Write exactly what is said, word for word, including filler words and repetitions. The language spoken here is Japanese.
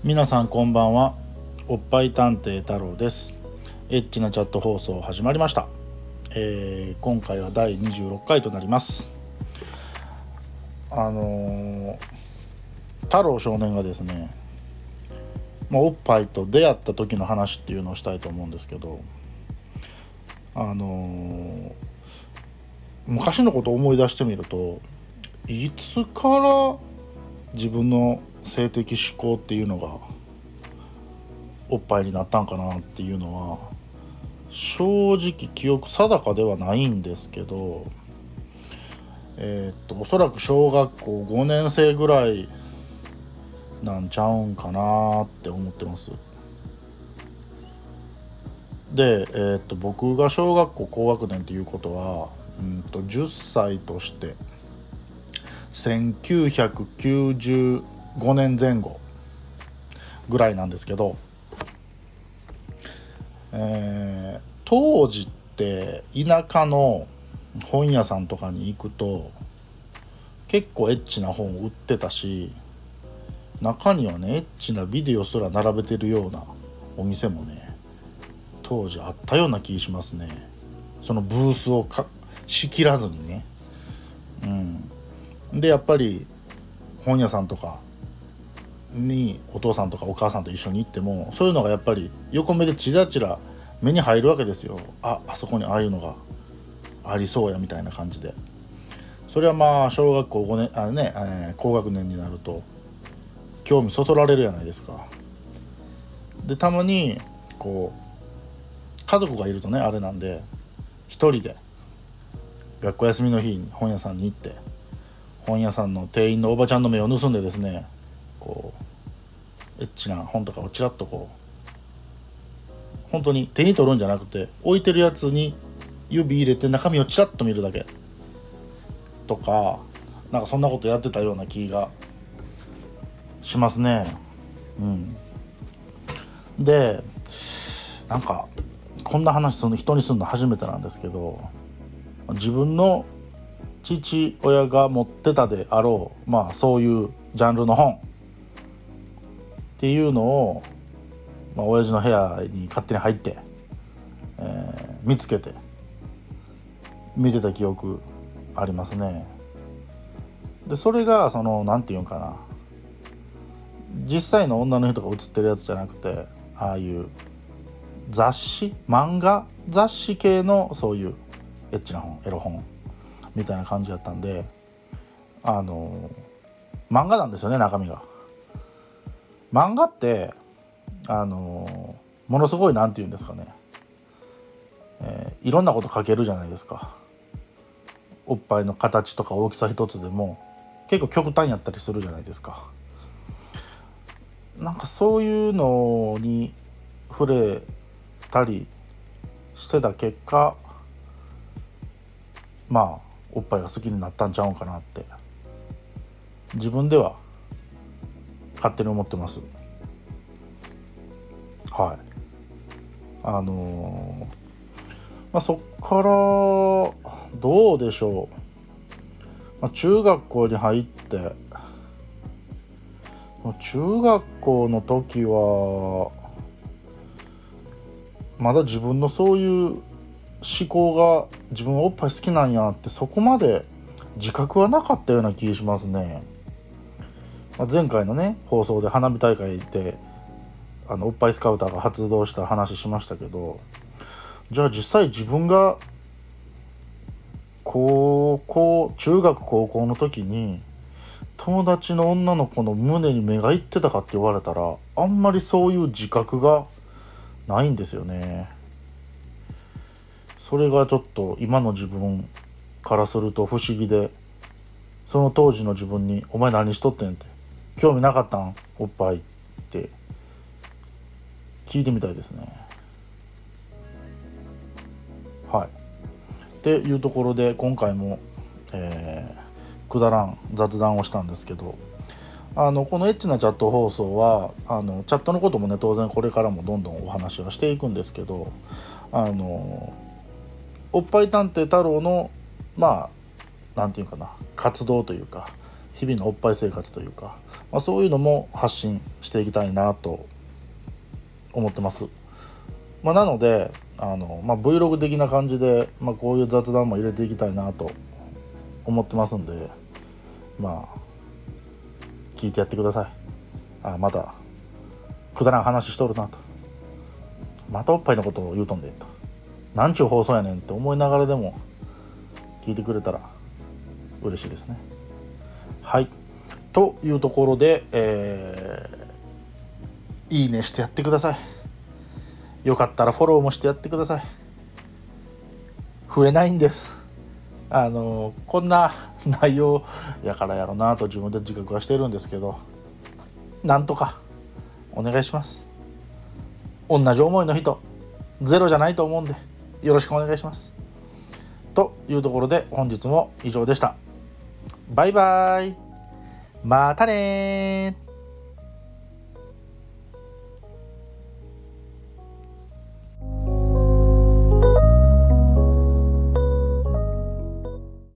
皆さんこんばんは。おっぱい探偵太郎です。エッチなチャット放送始まりました。えー、今回はだいにじゅうろっかいとなります。あのー、太郎少年がですね、まあ、おっぱいと出会った時の話っていうのをしたいと思うんですけど、あのー、昔のことを思い出してみると、いつから自分の性的指向っていうのがおっぱいになったんかなっていうのは正直記憶定かではないんですけど、えー、っとおそらく小学校ごねん生ぐらいなんちゃうんかなって思ってます。で、えー、っと僕が小学校高学年っていうことは、うんとじゅっさいとしてせんきゅうひゃくきゅうじゅうごねんぜん後ぐらいなんですけど、えー、当時って田舎の本屋さんとかに行くと結構エッチな本を売ってたし、中にはねエッチなビデオすら並べてるようなお店もね当時あったような気しますね。そのブースをか仕切らずにね。うんでやっぱり本屋さんとかにお父さんとかお母さんと一緒に行ってもそういうのがやっぱり横目でチラチラ目に入るわけですよ。ああそこにああいうのがありそうやみたいな感じで、それはまあ小学校ごねんあね、えー、高学年になると興味そそられるじゃないですか。でたまにこう家族がいるとねあれなんで一人で学校休みの日に本屋さんに行って本屋さんの店員のおばちゃんの目を盗んでですね、こうエッチな本とかをちらっとこう本当に手に取るんじゃなくて置いてるやつに指入れて中身をちらっと見るだけとか、なんかそんなことやってたような気がしますね。うんでなんかこんな話するの人にするの初めてなんですけど、自分の父親が持ってたであろうまあそういうジャンルの本っていうのを、まあ、親父の部屋に勝手に入って、えー、見つけて見てた記憶ありますね。でそれがそのなんていうんかな、実際の女の人が写ってるやつじゃなくてああいう雑誌漫画雑誌系のそういうエッチな本エロ本みたいな感じだったんで、あの漫画なんですよね中身が。漫画ってあのものすごいなんて言うんですかね、えー、いろんなこと書けるじゃないですか。おっぱいの形とか大きさ一つでも結構極端やったりするじゃないですか。なんかそういうのに触れたりしてた結果、まあおっぱいが好きになったんちゃうんかなって自分では勝手に思ってます。はい。あのー、まあそっからどうでしょう。まあ、中学校に入って中学校の時はまだ自分のそういう思考が自分はおっぱい好きなんやってそこまで自覚はなかったような気がしますね。まあ、前回のね放送で花火大会であのおっぱいスカウターが発動した話しましたけど、じゃあ実際自分が高校中学高校の時に友達の女の子の胸に目がいってたかって言われたらあんまりそういう自覚がないんですよね。それがちょっと今の自分からすると不思議で、その当時の自分に「お前何しとってん」って「興味なかったんおっぱい」って聞いてみたいですね。はい。っていうところで今回も、えー、くだらん雑談をしたんですけど、あのこのエッチなチャット放送はあのチャットのこともね当然これからもどんどんお話はしていくんですけど、あのおっぱい探偵太郎のまあなんていうかな活動というか日々のおっぱい生活というか、まあ、そういうのも発信していきたいなと思ってます。まあ、なのであの、まあ、Vlog 的な感じで、まあ、こういう雑談も入れていきたいなと思ってますんで、まあ聞いてやってください。あ、またくだらん話しとるなと、またおっぱいのことを言うとんでと、なんちゅう放送やねんって思いながらでも聞いてくれたら嬉しいですね。はいというところで、えー、いいねしてやってください。よかったらフォローもしてやってください。増えないんです。あのこんな内容やからやろなと自分で自覚はしてるんですけど、なんとかお願いします。同じ思いの人ゼロじゃないと思うんでよろしくお願いします。というところで本日も以上でした。バイバイ、またね。